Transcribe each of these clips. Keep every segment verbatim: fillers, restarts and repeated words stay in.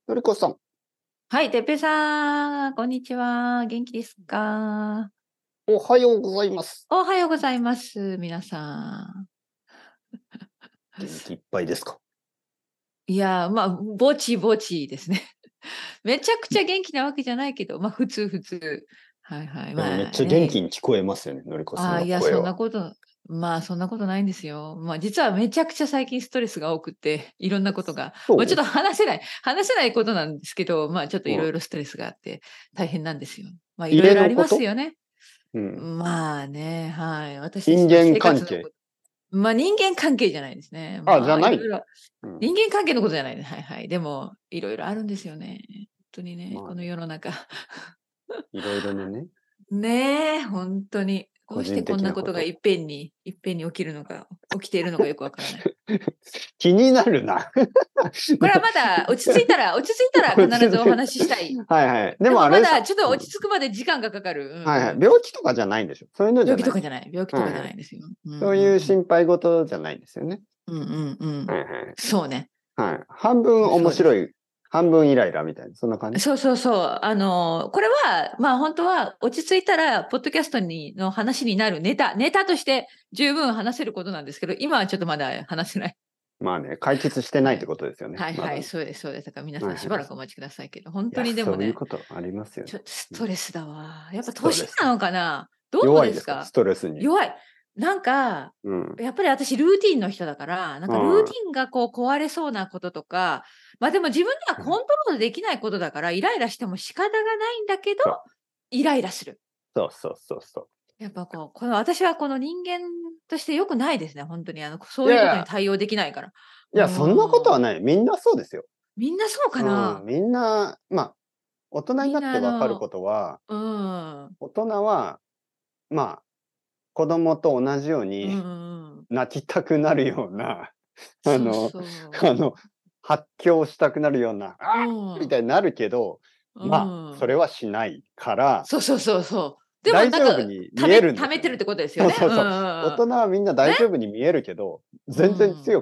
のりこさん、 はい、てっぺいさん、こんにちは。元気ですか？ おはようございます。 おはようございます、皆さん。 元気いっぱいですか？ いや、まあ、ぼちぼちですね。めちゃくちゃ元気なわけじゃないけど、まあ、普通普通。はいはい。 でもめっまあちゃ元気ね。 に聞こえますよね、のりこさんああ、いや、そんなの声は。 こと、まあ、そんなことないんですよ。まあ、実はめちゃくちゃ最近ストレスが多くて、いろんなことが、まあ、ちょっそと話せない、話せないことなんですけど、まあ、ちょっとう、うん、 いろいろストレスがあって大変なんですよ。まあ、いろ家いろありまのこと、 すよね。 うん、 まあね、はい。私た人ちの間関係。 生活のこと、まあ、人間関係じゃないですね。 あ、じまあ、いゃない。 ろいろ、 うん、 人間関係のことじゃないです。はいはい。でも、いろいろあるんですよね。本当にね、このまあね、 世の中。 いろいろなね、 ねえ、本当に。ど個人うしてこん的なこと。 なことがいっぺんに、いっぺんに起きるのか、起きているのかよくわからない。 気になるな。 これはまだ落ち着いたら、落ち着いたら必ずお話ししたい。 はいはい。ででもあれでしょ。 もまだちょっとうん、 落ち着くまで時間がかかる。うんはいはい。 うん。 病気とかじゃないんでしょ。そういうのじゃ病気ない。 とかじゃない。病気とかじゃはいはい。 ないですよ。うんうんそういううん。 心配事じゃないんですよね。 うんうんうん。 はいはい。 そうね。 はい。半分面そうです。 白い、半分イライラみたいな、そんな感じ。 そうそうそう。あの、これは、まあ本当は落ち着いたら、ポッドキャストにの話になるネタ、ネタとして十分話せることなんですけど、今はちょっとまだ話せない。 まあね、解決してないってはい。 ことですよね、 はいはい、 まだね。 そうです、そうです。だから皆さんはいはい。 しばらくお待ちくださいけど、本当いや、 にでもね、 そういうことありますよね。 ちょっとスうん、 トレスだわ。やっぱストレス。 年なのかな？どう弱いんですか、スですか？ トレスに。 弱い。なんか、 うん。 やっぱり私ルーティンの人だから、なんかルーテはィンがこう壊れそうなこととか、まあでも自分ではい。 コントロールできないことだから、イライラしても仕方がないんだけど、 そうイライラする。 そうそうそうそやっぱこう、この私はこの人間として良くないですね、本当に。あの、 う。いそういうことにやいや、 対応できないから。 いうや、そんなことーん。 はない。みんなそうですよ。 みんなそうかうん、 な？ みんな、まあ、大人にみんなってわかるなあの、 ことは、 うーん。 大人は、まあ、子供と同じようにうんうんうん。 泣きたくなるような、あそうの、 そう。 あの、発狂したくなるような、あうーみたん。 いになるけど、 うまあ、そん。 れはしないから、 そうそうそうそう。でも大なんか、 丈夫に見えためるんですよね。 溜めてるってことですよね。うんうそうそうそう。大んうん。 人はみんなね？ 大丈夫に見えるけど、 うん。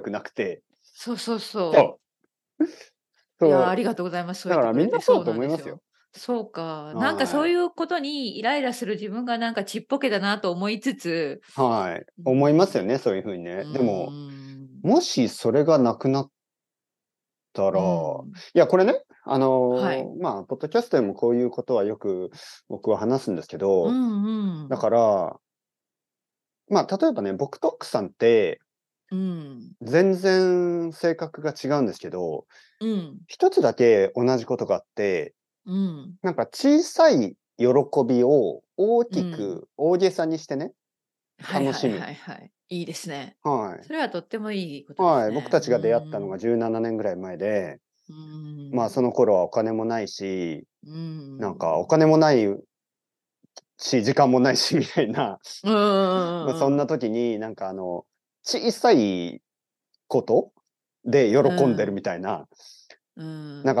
全然強くなくて、 そうそうそそう、 う。いや、 そう、 ありがとうございます。そうだから言ってくれて。 みんなそうだそうと思いますよ。 なんですよ。そうか。なんかそうはい。 いうことにイライラする自分がなんかちっぽけだなと思いつつ、 はい。 う思いますよん、 ね、そういう風にうね。でも、 ん、 もしそれがなくなったら、 うん。 いや、これね、あはい。 の、まあ、ポッドキャストでもこういうことはよく僕は話すんですけうど、だんうん。 から、まあ、例えばね、僕と奥さんってうん。 全然性格が違うんですけど、 うん。 一つだけ同じことがあって、 うん。 なんか小さい喜びを大きうん。 く大げさにしてね、 はいはい楽しむ。 はいはい。いいですね。 はい。 それはとってもいいことではい。僕すね。うたちが出会ったのがん。 じゅうななねんぐらい前で、 うまあ、 ん。 その頃はお金もないし、 うなんかおん。 金もないし、時間もないしみたいな、 うんうんまあ、そんなうんうん。 時になんかあの、小さいことでう喜んでるみん。 たいな、 うん。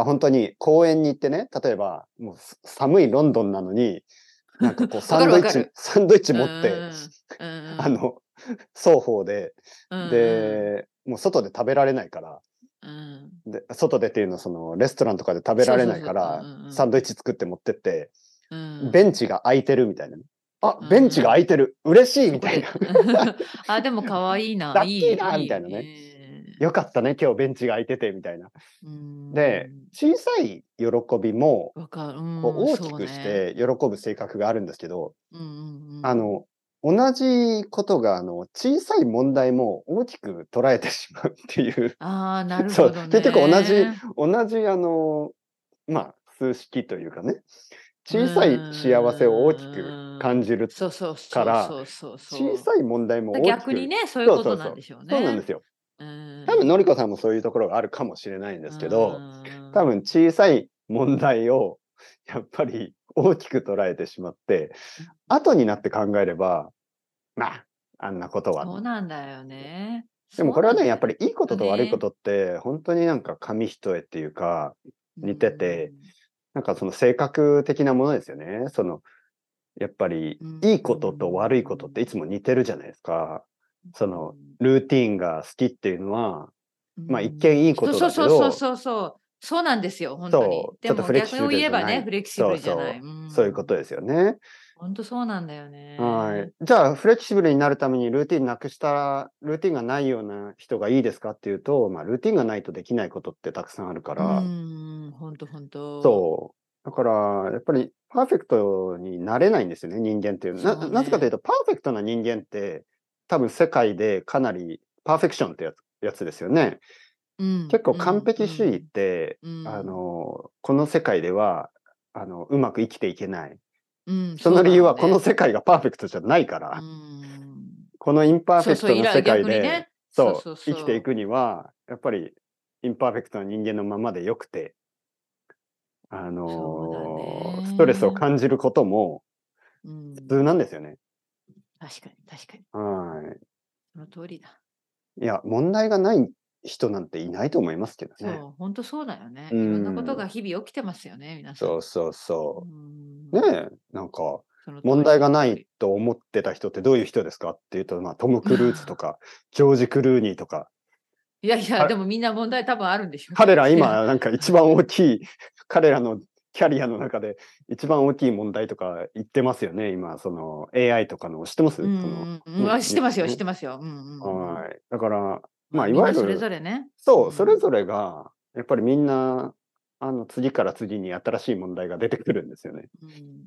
なんか本当に公園に行ってね、例えば、もうす寒いロンドンなのに、なんかこうわサンドイッチかるわかる。 サンドイッチうん持って、 うんうん。うんうん。 あの、双方で、 うんうん。 で、もう外で食べられないから、 うん。 で、外でっていうのはそのレストランとかで食べられそうそうそう。うんうないから、サンドイッんチ作って持ってって、 うん。うん。 ベンチが空いてるみたいなね。あ、 うベンチが空ん。 いてる。嬉しいみたいな。 そこであ、でも可愛いな。いラッキーいだみたいいなね。 い。 よかったね、今日ベンチが空いててみたいな。 うで、 ん。 小さい喜びも、 わかる。 こううん、 大きくしそうね。 て喜ぶ性格があるんですけど、 うんうんうん。 あの、同じことが、あの、小さい問題も大きく捉えてしまうっていう。 ああ、なるそう、 ほど結局同じ、 ね。 同じあの、まあ、数式というかね、 う小さい幸せを大きく感ーん。 じるそうそうから、 そうそうそうそ小さい問題う。だも大きく、 逆にね、そういうそうそうそう、 ことなんでしょうね。 そうなんですよ。 う多分、のりーん。 こさんもそういうところがあるかもしれないんでうすけど、 ー多分ん。 小さい問題をやっぱり大きく捉えてしまって、後になって考えれば、まあ、あんなことは。 そうなんだよね。 でもこれはね、 そうなんだよやっぱりいいことと悪いこね。 とって、本当になんか紙一重っていうか、 うー似てて、 ん。 なんかその性格的なものですよね。その、やっぱりうーいいことと悪いことっていん。 つも似てるじゃないですか。その、 うん。 ルーティーンが好きっていうのは、 うまあ一見いん。 いことそうそうだけど、 そうそうそうそう。 そうなんですよ、本当に。 そう、ちでもょっとフレキシ逆をブルじゃない。 言えばね、フレキシブそうルじゃない。 そう、 うそういうことん。 ですよね。 本当そうなんだよはね。 い。じゃあ、フレキシブルになるためにルーティンなくしたルーティンがないような人がいいですかっていうと、まあ、ルーティンがないとできないことってたくさんあるかうら、 ん、本当本当。 そう。だから、やっぱりパーフェクトになれないんですよね、人間っていう。なそうね。 なぜかというと、パーフェクトな人間って、多分世界でかなりパーフェクションってやつやつですよね。 うん、 結構完うん、う璧主義っん、 て、 うあん、 の、この世界では、あの、うまく生きていけない。 うん、 そそうの理由はこのだろうね。 世界がパーフェクトじゃないかうら。 ん。 このインパーフそうそう、 ェクトな世いら界で、 逆にね。そうそう、 そう生きていそくには、やっぱりインパーフェクトな人間のままでよくて、あう。そうだの、ストレスをね。 感じることもう普通ん。 なんですよね。 確かに、確かに。 はい。 その通りだ。 いや、問題がない人なんていないと思いますけどね。 そう、本当そうだよね。 ういろんなことん。 が日々起きてますよね、皆さん。 そうそううそう。ねん。 え、なんか、 その通り、 問題がないその通り。 と思ってた人ってどういう人ですかっていうと、まあ、トム・クルーズとか、ジョージ・クルーニーとか、 いやいや、 かでもみんな問題多分あるんでしょ。 彼らいや、 今なんか一番大きい、彼らのキャリアの中で一番大きい問題とか言ってますよね、今、その エーアイ とかの知ってまうす？その、 んうんうん。 ね、 あ、知ってますよ、知っニュースね。 てますよ。うんうんうん。 はい。だから、ままあ、 あ、いみんなそれわゆる、 ぞれね。うそう、それん。 ぞれが、やっぱりみんな、あの、次から次に新しい問題が出てくるんですよね。 うん、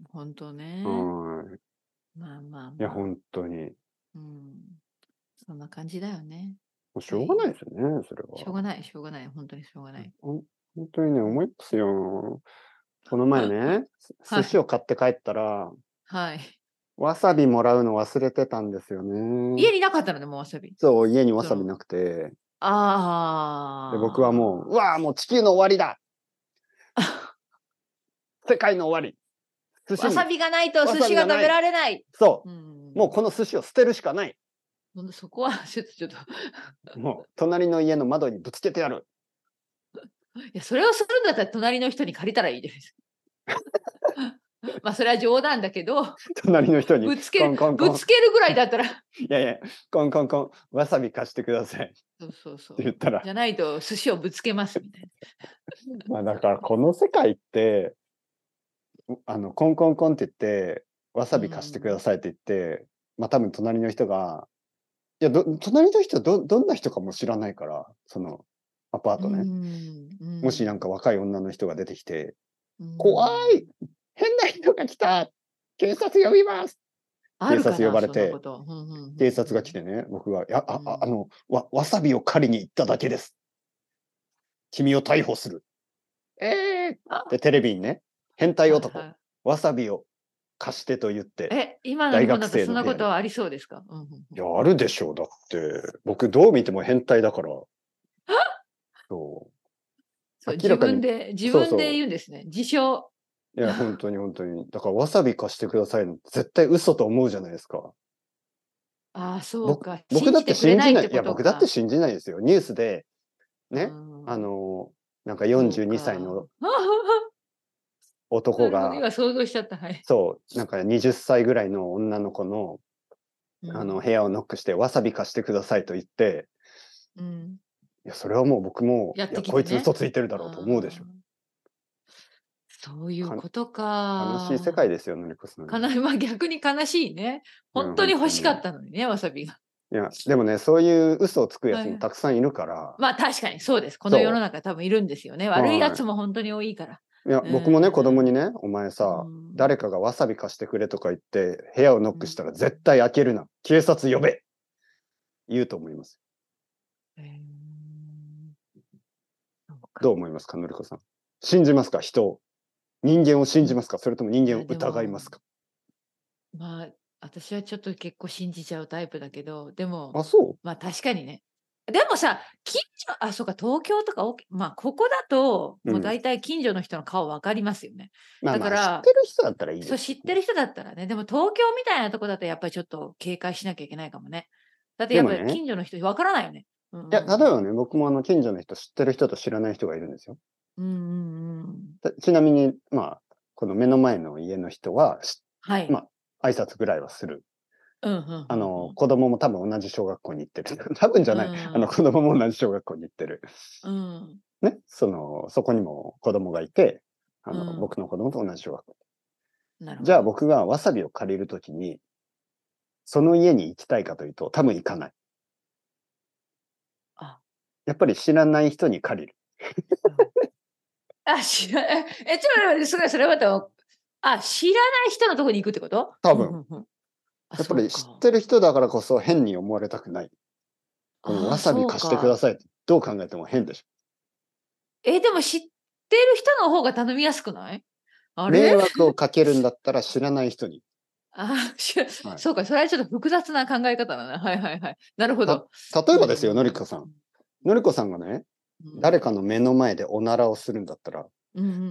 本当はね。 い。 まあまあいや、 まあ。 本当に。 うん。そんな感じだよね。 もうしょうがなはい。 いですよね、それは。 しょうがない、しょうがない。本当にしょうがない。 ほん本当にね、 うん。 思いますよ。この前ね、す寿司はい。 を買って帰ったら、 はい。 わさびもらうの忘れてたんですよね。 家になかったのね、もうわさび。 そう、家にわその、 さびなくて、で、僕はもう、うあわあ、もう地球の終わりだ。 あ。 世界の終わり。寿司にわさびがないとわ寿司が食べさびがない。 られない。 そうう。もうん。 この寿司を捨てるしかない。 ほんとそこはちょっとちょっともう隣の家の窓にぶつけてやる。 いや、それをするんだったら隣の人に借りたらいいです。まあ、それは冗談だけど、 隣の人にぶつけるコンコンコン。 ぶつけるぐらいだったら、 いやいや、コンコンコン、わさび貸してくださいってそうそうそう。 言ったら、 じゃないと寿司をぶつけますみたいな。 まあだからこの世界って、うあの、コンコンコンって言って、わさうび貸してくだん。 さいって言って、ま、多分隣の人が、いや、ど隣の人はどどんな人かも知らないから、そのアパーうトね。 ん、うもしなんん、 か若い女の人が出てきて、 う 「怖ん。 い！変な人が来た！警察呼びます！」警察呼あるかな、そんなこばれて、 と。ふんふんふ警んふん。 察が来てね、僕が、「いや、あああうん。 の、わわさびを狩りに行っただけです。君を逮捕する」。ええ！で、 あ、 テレビにね、変態男、 はいはい。 わさびを貸してと言って、 え、今の日本大学だとそんな生の部屋に。 ことはありそうですか？うん、ふんふん。 いや、あるでしょう、だって。僕どう見ても変態だから。そう。 そう、自明らかに分で自分でそうそ言うんですね。自称。 う。いや、ほんとにほんとに。だからわさび貸してくださいの絶対嘘と思うじゃないですか。 ああ、そう僕か。 僕だって信じてくれ信じないいや、 ないってこと僕だってか。 信じないですよ。ニュースで、 うね、あん、 の、なんかそう 42歳か。 の男なるほど、 が、 今想像しちゃった。はい。 そう、なんかはたちぐらいの女の子の、あの、 うん、 部屋をノックして、わさび貸してくださいと言って、 うん。 いや、それはもう僕も、 やっいや、 てきてね。 こいつ嘘ついてるだろうと思うでしょ。 ああ、そういうかこと悲しい世界か。 ですよ、のりこさん。 かなまあ、逆に悲しいね。 いや、 ほんとにほんとに。 欲しかったのにね、わさびが。 いや、でもね、そういう嘘をつくやつもはい。 たくさんいるから、 まあ、確かにそうです。この世のそ中多分いるんですよね。 う、 悪いやはい。 つもほんとに多いから。 いや、 う僕もね、子供にーん。 ね、お前うーさ、誰ん。 かがわさび貸してくれとか言って、部屋をノッうん。 クしたら絶対開けるな。警察呼べ。言うと思います。 へえ。そうか。 どう思いますか、のりこさん。信じますか、人を。人間を信うん。 じますか、それとも人いや、 間をでも、 疑いますか。 まあ、私はちょっと結構信じちゃうタイプだけど、でも、 あ、そう？ まあ、確かにね。でもさ、近所あ、そうか、東京とかおまあ、ここだと、 うん。 もう大体近所の人の顔分かりますよね。だまあまあ、知ってから、 る人だったらいいでそう、 すけどね。 知ってる人だったらね、でも東京みたいなとこだとやっぱりちょっと警戒しなきゃいけないかもね。だってやっぱりでもね、 近所の人分からないよね。うんいや、例えうん。 ばね、僕もあの近所の人、知ってる人と知らない人がいるんですよ。 うんうんうん。 たちなみに、まあ、この目の前の家の人は、しはい。 まあ、挨拶ぐらいはする。 うんうんあうんの子供も多分同じ小学校に行ってる。多分じゃない。あのうん子供も同じ小学校に行ってる。 うんね、そのそこにも子供がいて、あの、 うん僕の子供と同じ小学校。 なるほど。 じゃあ僕がわさびを借りるときに、その家に行きたいかというと、多分行かない。 あ、 やっぱり知らない人に借りる。 あ、あ知らえ、え、ちょっと待って、すごい、それまた、あ、知らない人のところに行くってこと？ 多分。 うんうんうん。あ、 やっぱそうか。 り知ってる人だからこそ変に思われたくない。このああ、 わさびそう貸してくだか。 さいってどう考えても変でしょ。 え、でも知ってる人の方が頼みやすくない？あれ？ 迷惑をかけるんだったら知らない人に。 ああ、しはい。 そうか、それはちょっと複雑な考え方だな。はいはいはい。なるほたど。うんうん例えばですよ、のりこさん。のりこさんがね、 うん。 誰かの目の前でおならをするんだったら、 うんうんうん。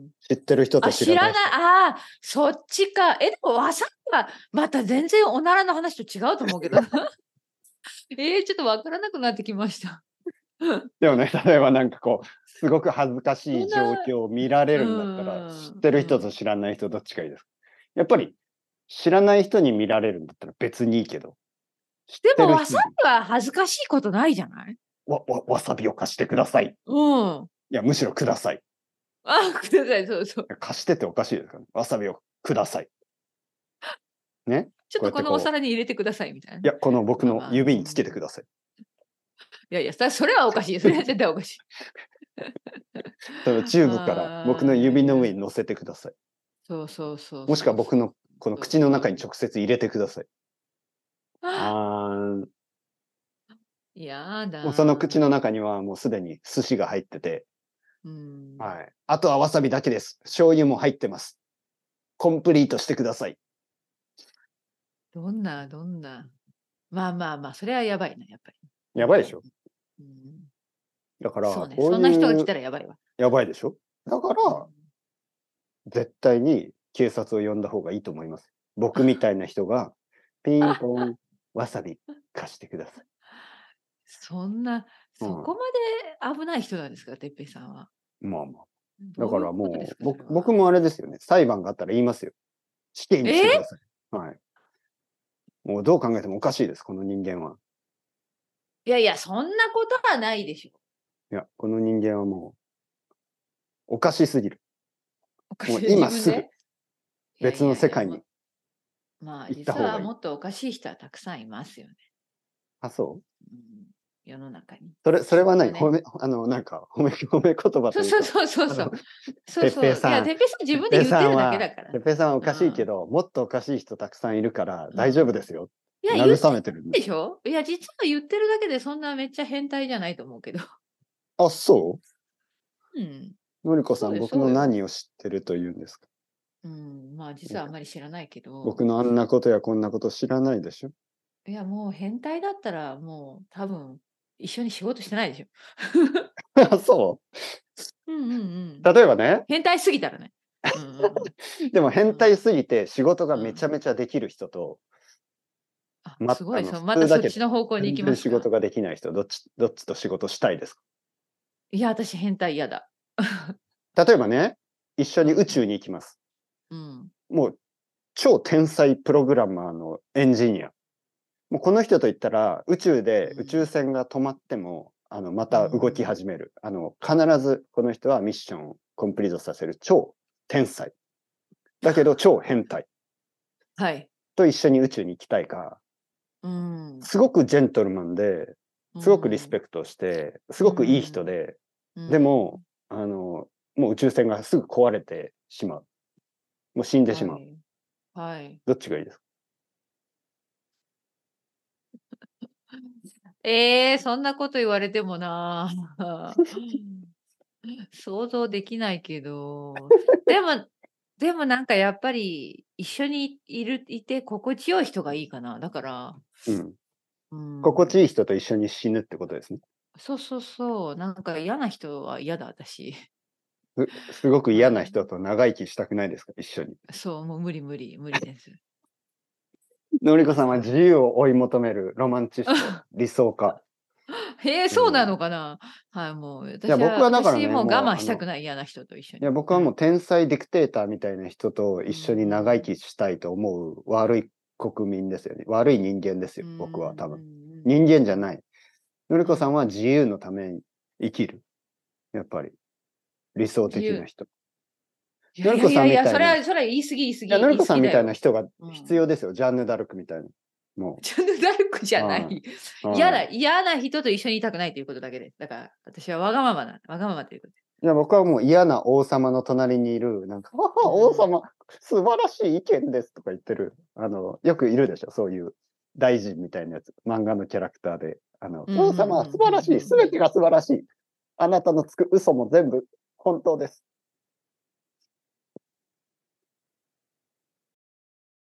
知ってる人とあ、知らない、 知らない人。 ああ、そっちか。え、でもわさびはまた全然おならの話と違うと思うけどな。えー、ちょっとわからなくなってきました。 でもね、例えばなんかこう、すごく恥ずかしいそんな状況を見られうるんだったら、知ってる人とんうん。 知らない人どっちがいいですか？やっぱり、知らない人に見られるんだったら別にいいけど、知っでもわさてる人に、 びは恥ずかしいことないじゃない？ わ、わ、わさびを貸してください。 うん。 いや、むしろください。 あ、ください、そうそう。 貸してっておかしいですからね。わさびをください。ね。 ちょっとこのおこうやってこう、 皿に入れてくださいみたいなね。 いや、この僕まあまあ、うの指につけてん。 ください。 いやいや、さそれはおかしい。それは絶対おかしい。 そのチューブから僕のああ、いや指いや。 の上に乗せてください。 そうそうそうもしくはそうそう。 僕のこのそう口の中にそう。 直接入れてください。 あ、 あー、 やもうそのだ。 口の中にはもうすでに寿司が入ってて、 うん。 はい。あとはわさびだけです。醤油も入ってます。コンプリートしてください。 どんなどんな。まあまあまあ、それはやばいな、やっぱり。 やばいでしょ？ うん。うん。 だから、 そうね、 こうそんな人が来いう、 たらやばいわ。 やばいでしょ？だかうん。 ら、絶対に警察を呼んだ方がいいと思います。僕みたいな人が、ピンポン、わさび貸してください。 そんな、 うん。 そこまで危ない人なんですか、てっぺいさんは。 まあまあ。だからどういうことですか、そもう、僕れは。 僕もあれですよね。裁判があったら言いますよ。死刑にしてくだえさい。はい。もうどう考えてもおかしいです、この人間は。 いやいや、そんなことはないでしょ。 いや、この人間はもう、おかしすぎる。もうおかしい、自今すぐ分で？いや別いやいや、 の世界にもまあ、 行った方がいい。 実はもっとおかしい人はたくさんいますよね。 あ、そう？ うん、世の中に。 それ、それは何？褒きっとね。 め、あの、なんか、褒め、褒め言葉そうそうというか、 そうそうあの、 そう。そうてっぺいそう。いや、 さん、 てっぺいさん自てっぺい分で言ってるだけさんは、 だから。 てっぺいさんはおかしいけうん。 ど、もっとおかしい人たくさんいるから大丈夫うん。 ですよ。 いや、言って慰めてるんです。 るでしょ？いや、実は言ってるだけでそんなめっちゃ変態じゃないと思うけど。 あ、そうん。 う？のりこさん、 そうよ僕のそうよ。 何を知ってると言うんですか？ うん、まあ、実はあんまり知らないけど、 僕のあんなことやこんなこと知らないでしょ？ いや、もう変態だったら、もう多分一緒に仕事してないでしょ。 あ、そうんうんうう？ ん。 例えばね、 変態すぎたらね。うんうんでもうん。うん。 変態すぎて仕事がうん。 めちゃめちゃできる人と、 あ、 ま、 すごい、 あの、 そう、 普またそっち通だけど、 の方向に行全きますか？ 然仕事ができない人、どっちどっちと仕事したいですか？ いや、私変態嫌だ。 例えばね、一緒うん。 に宇宙に行きます。 うん。 もう超天才プログラマーのエンジニア。もうこの人と言ったら、宇宙で宇宙うん。 船が止まっても、あの、まうた動きん。 始める。あの、必ずこの人はミッションをコンプリートさせる超天才。だけど超変態はい。 と一緒に宇宙に行きたいか、 うん。 すごくジェントルマンで、 うすごくリスん。 ペクトして、すうごくいい人ん。 で、 うん。 でも、あの、もう宇宙船がすぐ壊れてしまう。もう死んでしまう。 はい。はい。 どっちがいいですか？ ええ、そんなこと言われてもな。想像できないけど、でもでもなんかやっぱり一緒にいるいて心地よい人がいいかな。だから、 うん。 う心地いん、 い人と一緒に死ぬってことですね。 そうそうそう、なんか嫌な人は嫌だ、私。 すすごく嫌なはい。 人と長生きしたくないですか？一緒に。 そう、もう無理無理、無理です。 のりこさんは自由を追い求めるロマンチスト、理想家。 へえ、 うん。 そうなのかな。はい、もういや、 私は僕はだからね、 私もう我もう、あの、 慢したくない、嫌な人と一緒いや、 に。 僕はもうはい。 天才ディクテーターみたいな人とう一緒に長生ん。 きしたいと思う悪い国民ですよね。悪い人間ですよ、僕は多分。 うんうんうん人間じゃない。のりこさんは自由のために生きる。やっぱり。理想的な人。 いやいやいやいや、それのりこさんみたいな。 は、それは言い過ぎ言い過ぎ。 いや、のりこさんみたいな言い過ぎ人がだよ必要ですよ。ジャンヌ・ダルクみたいな。もジャンヌ・ダルクじゃなはいい。 う。 嫌な、 はい嫌な人と一緒にいたくないということだけです。だから、私はわがままな、わがままということで。 いや、僕はもう嫌な王様の隣にいる、なんか、はは王様、素晴らしい意見ですとか言ってる、あの、よくいるでしょ、そういう大臣みたいなやつ。漫画のキャラクターで。あの、 うんうんうん王様は素晴らしい。すべてが素晴らしい。あなたのつく嘘も全部本当です。